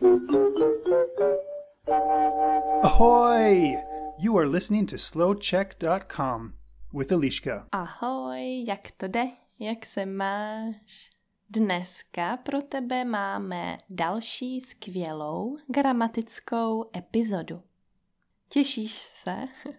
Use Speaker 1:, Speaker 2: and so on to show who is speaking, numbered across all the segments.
Speaker 1: Ahoy! You are listening to slowcheck.com with Eliška.
Speaker 2: Ahoj, jak to jde? Jak se máš? Dneska pro tebe máme další skvělou gramatickou epizodu. Těšíš se?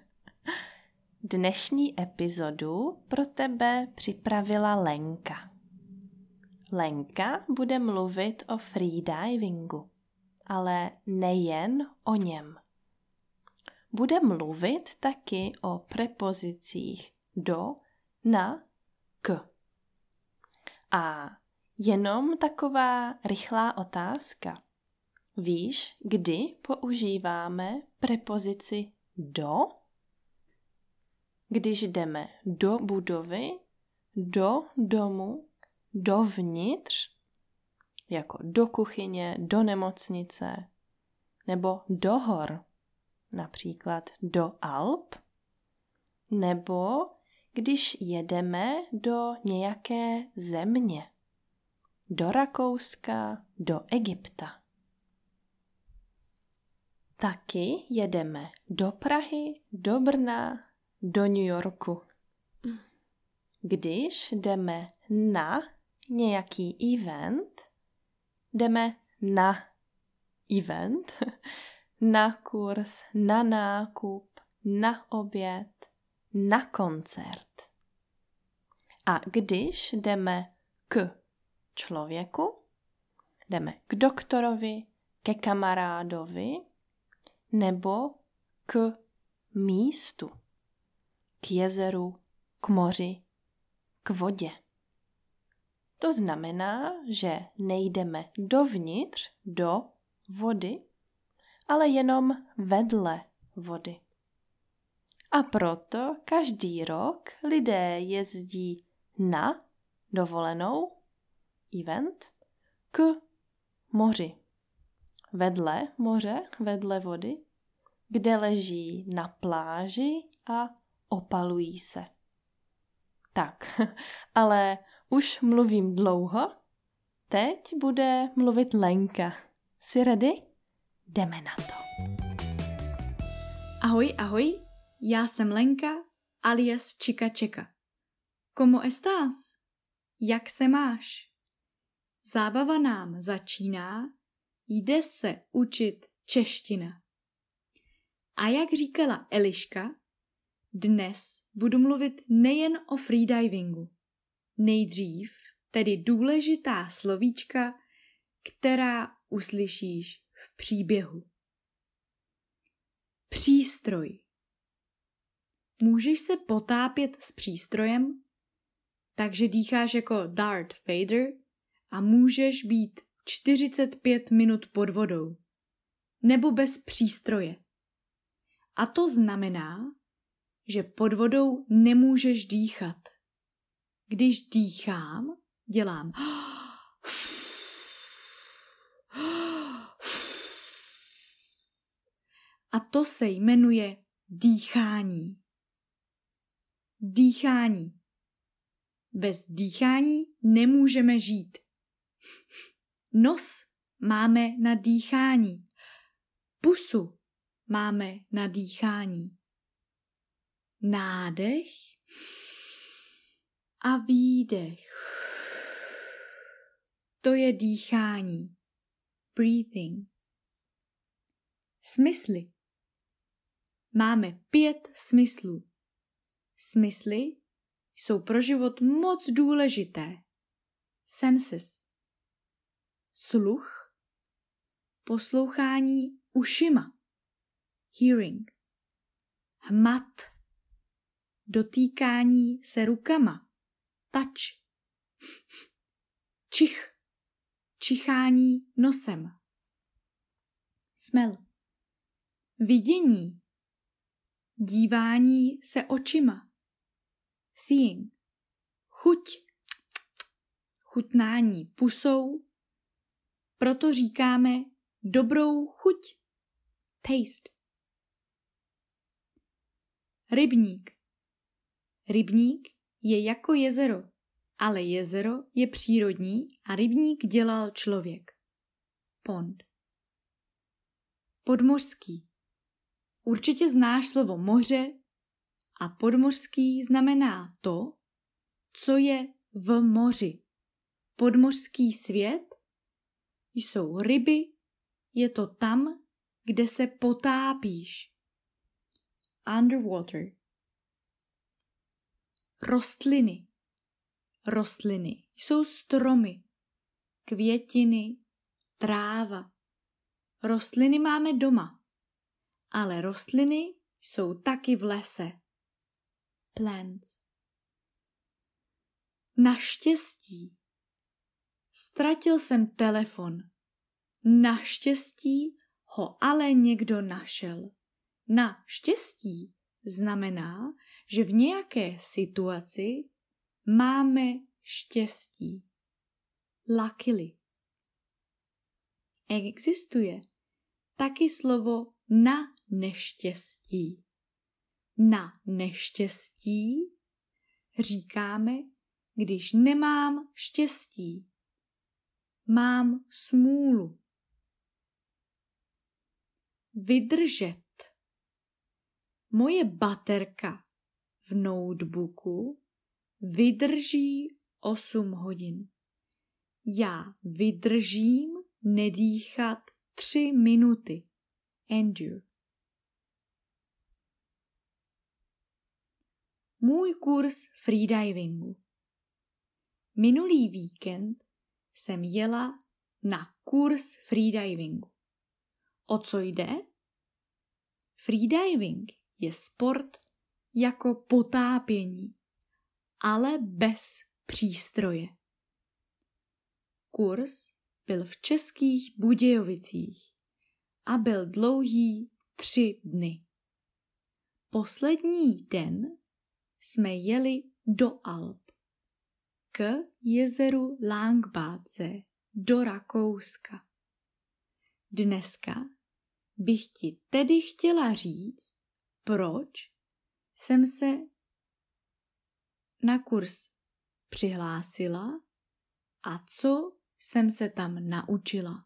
Speaker 2: Dnešní epizodu pro tebe připravila Lenka. Lenka bude mluvit o freedivingu, ale nejen o něm. Bude mluvit taky o prepozicích do, na, k. A jenom taková rychlá otázka. Víš, kdy používáme prepozici do? Když jdeme do budovy, do domu, dovnitř, jako do kuchyně, do nemocnice, nebo do hor, například do Alp, nebo když jedeme do nějaké země, do Rakouska, do Egypta. Taky jedeme do Prahy, do Brna, do New Yorku. Když jdeme na nějaký event, jdeme na event, na kurz, na nákup, na oběd, na koncert. A když jdeme k člověku, jdeme k doktorovi, ke kamarádovi nebo k místu, k jezeru, k moři, k vodě. To znamená, že nejdeme dovnitř do vody, ale jenom vedle vody. A proto každý rok lidé jezdí na dovolenou, event, k moři. Vedle moře, vedle vody, kde leží na pláži a opalují se. Tak, ale už mluvím dlouho, teď bude mluvit Lenka. Jsi ready? Jdeme na to.
Speaker 3: Ahoj, ahoj, já jsem Lenka, alias Chica Čeka. ¿Cómo estás? Jak se máš? Zábava nám začíná, jde se učit čeština. A jak říkala Eliška, dnes budu mluvit nejen o freedivingu. Nejdřív tedy důležitá slovíčka, která uslyšíš v příběhu. Přístroj. Můžeš se potápět s přístrojem, takže dýcháš jako Darth Vader a můžeš být 45 minut pod vodou. Nebo bez přístroje. A to znamená, že pod vodou nemůžeš dýchat. Když dýchám, dělám a to se jmenuje dýchání. Dýchání. Bez dýchání nemůžeme žít. Nos máme na dýchání. Pusu máme na dýchání. Nádech a výdech. To je dýchání. Breathing. Smysly. Máme 5 smyslů. Smysly jsou pro život moc důležité. Senses. Sluch. Poslouchání ušima. Hearing. Hmat. Dotýkání se rukama. Touch. Čich. Čichání nosem. Smell. Vidění. Dívání se očima. Seeing. Chuť. Chutnání pusou. Proto říkáme dobrou chuť. Taste. Rybník. Rybník je jako jezero, ale jezero je přírodní a rybník dělal člověk. Pond. podmořský. Určitě znáš slovo moře a podmořský znamená to, co je v moři. Podmořský svět jsou ryby, je to tam, kde se potápíš. Underwater. Rostliny. Rostliny jsou stromy, květiny, tráva. Rostliny máme doma, ale rostliny jsou taky v lese. Plants. Naštěstí. Ztratil jsem telefon. Naštěstí ho ale někdo našel. Naštěstí znamená, že v nějaké situaci máme štěstí. Luckily. Existuje taky slovo na neštěstí. Na neštěstí říkáme, když nemám štěstí. Mám smůlu. Vydržet. Moje baterka v notebooku vydrží 8 hodin. Já vydržím nedýchat 3 minuty. Endure. Můj kurz freedivingu. Minulý víkend jsem jela na kurz freedivingu. O co jde? Freediving je sport jako potápění, ale bez přístroje. Kurz byl v Českých Budějovicích a byl dlouhý 3 dny. Poslední den jsme jeli do Alp k jezeru Langbáce do Rakouska. Dneska bych ti tedy chtěla říct, proč jsem se na kurz přihlásila a co jsem se tam naučila.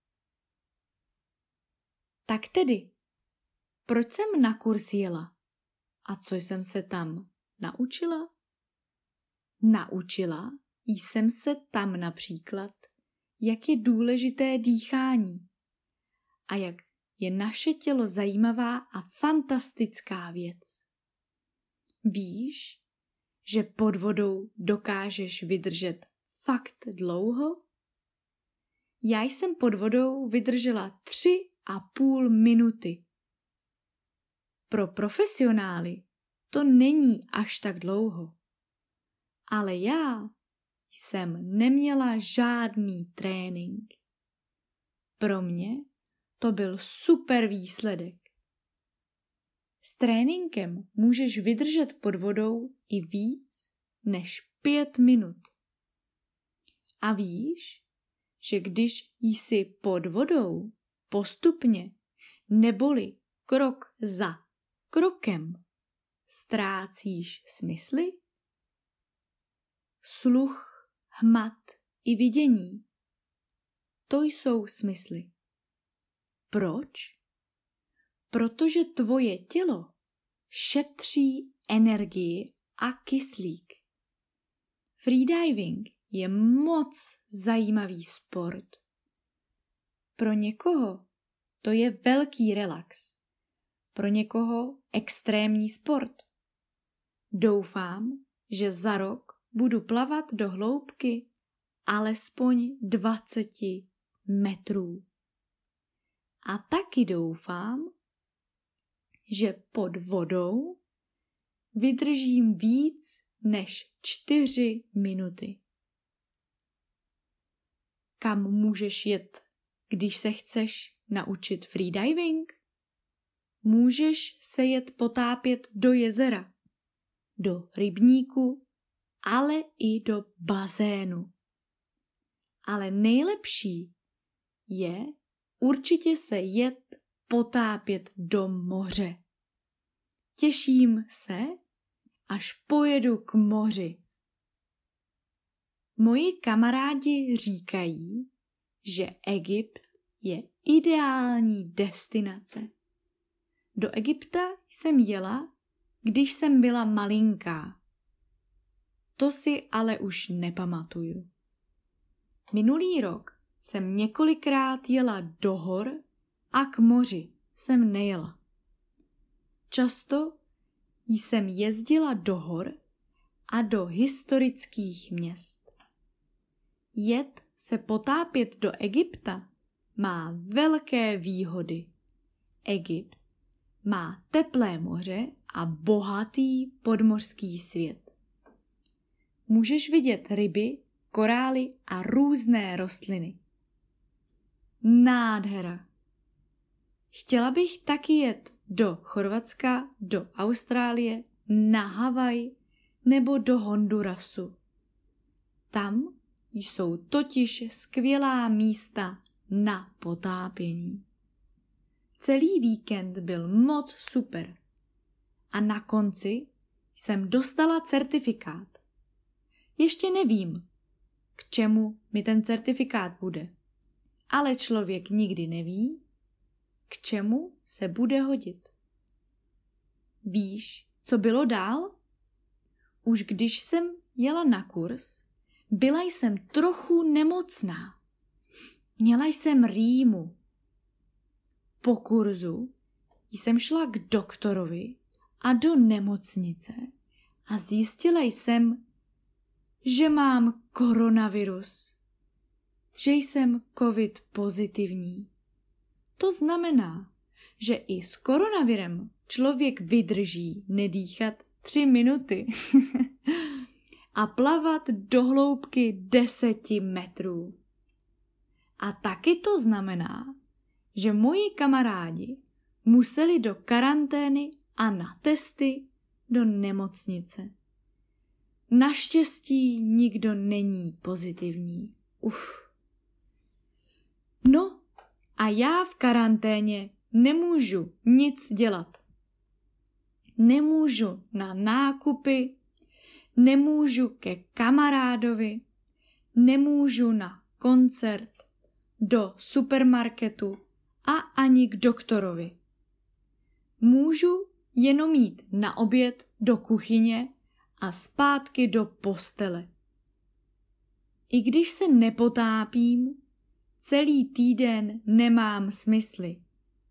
Speaker 3: Tak tedy, proč jsem na kurz jela a co jsem se tam naučila? Naučila jsem se tam například, jak je důležité dýchání a jak je naše tělo zajímavá a fantastická věc. Víš, že pod vodou dokážeš vydržet fakt dlouho? Já jsem pod vodou vydržela 3,5 minuty. Pro profesionály to není až tak dlouho. Ale já jsem neměla žádný trénink. Pro mě to byl super výsledek. S tréninkem můžeš vydržet pod vodou i víc než 5 minut. A víš, že když jsi pod vodou postupně neboli krok za krokem ztrácíš smysly? Sluch, hmat i vidění. To jsou smysly. Proč? Protože tvoje tělo šetří energii a kyslík. Freediving je moc zajímavý sport. Pro někoho to je velký relax. Pro někoho extrémní sport. Doufám, že za rok budu plavat do hloubky alespoň 20 metrů. A taky doufám, že pod vodou vydržím víc než 4 minuty. Kam můžeš jet, když se chceš naučit freediving? Můžeš se jet potápět do jezera, do rybníku, ale i do bazénu. Ale nejlepší je určitě se jet potápět do moře. Těším se, až pojedu k moři. Moji kamarádi říkají, že Egypt je ideální destinace. Do Egypta jsem jela, když jsem byla malinká. To si ale už nepamatuju. Minulý rok jsem několikrát jela do hor a k moři jsem nejela. Často jsem jezdila do hor a do historických měst. Jet se potápět do Egypta má velké výhody. Egypt má teplé moře a bohatý podmořský svět. Můžeš vidět ryby, korály a různé rostliny. Nádhera. Chtěla bych taky jet do Chorvatska, do Austrálie, na Havaj nebo do Hondurasu. Tam jsou totiž skvělá místa na potápění. Celý víkend byl moc super. A na konci jsem dostala certifikát. Ještě nevím, k čemu mi ten certifikát bude. Ale člověk nikdy neví, k čemu se bude hodit. Víš, co bylo dál? Už když jsem jela na kurz, byla jsem trochu nemocná. Měla jsem rýmu. Po kurzu jsem šla k doktorovi a do nemocnice a zjistila jsem, že mám koronavirus, že jsem COVID pozitivní. To znamená, že i s koronavirem člověk vydrží nedýchat 3 minuty a plavat do hloubky 10 metrů. A taky to znamená, že moji kamarádi museli do karantény a na testy do nemocnice. Naštěstí nikdo není pozitivní. No a já v karanténě nemůžu nic dělat. Nemůžu na nákupy, nemůžu ke kamarádovi, nemůžu na koncert, do supermarketu a ani k doktorovi. Můžu jenom jít na oběd do kuchyně a zpátky do postele. I když se nepotápím, celý týden nemám smysly.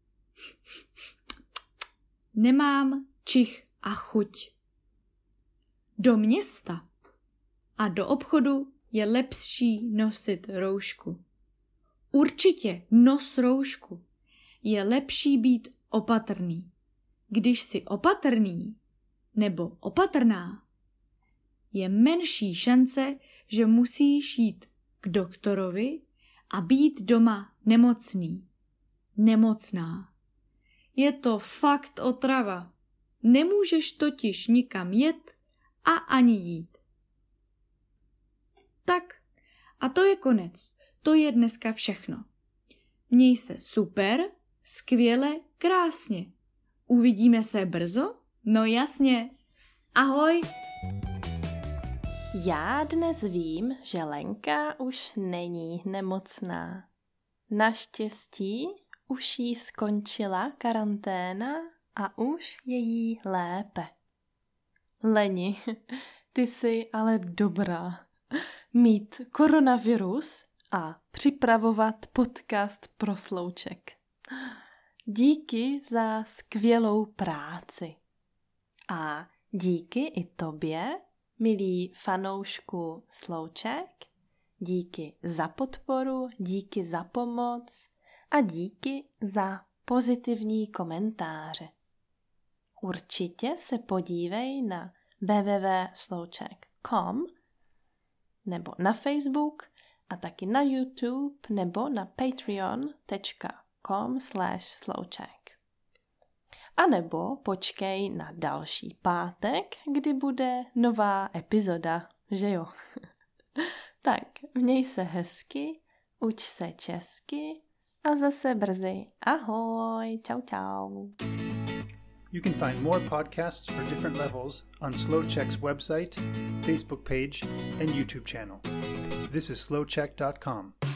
Speaker 3: Nemám čich a chuť. Do města a do obchodu je lepší nosit roušku. Určitě nos roušku. Je lepší být opatrný. Když jsi opatrný nebo opatrná, je menší šance, že musíš jít k doktorovi a být doma nemocný. Nemocná. Je to fakt otrava. Nemůžeš totiž nikam jet a ani jít. Tak, a to je konec. To je dneska všechno. Měj se super, skvěle, krásně. Uvidíme se brzo? No jasně. Ahoj!
Speaker 2: Já dnes vím, že Lenka už není nemocná. Naštěstí už jí skončila karanténa a už je jí lépe. Leni, ty jsi ale dobrá. Mít koronavirus a připravovat podcast pro Slouček. Díky za skvělou práci. A díky i tobě, milý fanoušku Slouček, díky za podporu, díky za pomoc a díky za pozitivní komentáře. Určitě se podívej na www.slouček.com nebo na Facebook a taky na YouTube nebo na patreon.com/slouček. A nebo počkej na další pátek, kdy bude nová epizoda, že jo? Tak, měj se hezky, uč se česky a zase brzy. Ahoj, čau čau.
Speaker 1: You can find more podcasts for different levels on SlowCheck's website, Facebook page, and YouTube channel. This is slowcheck.com.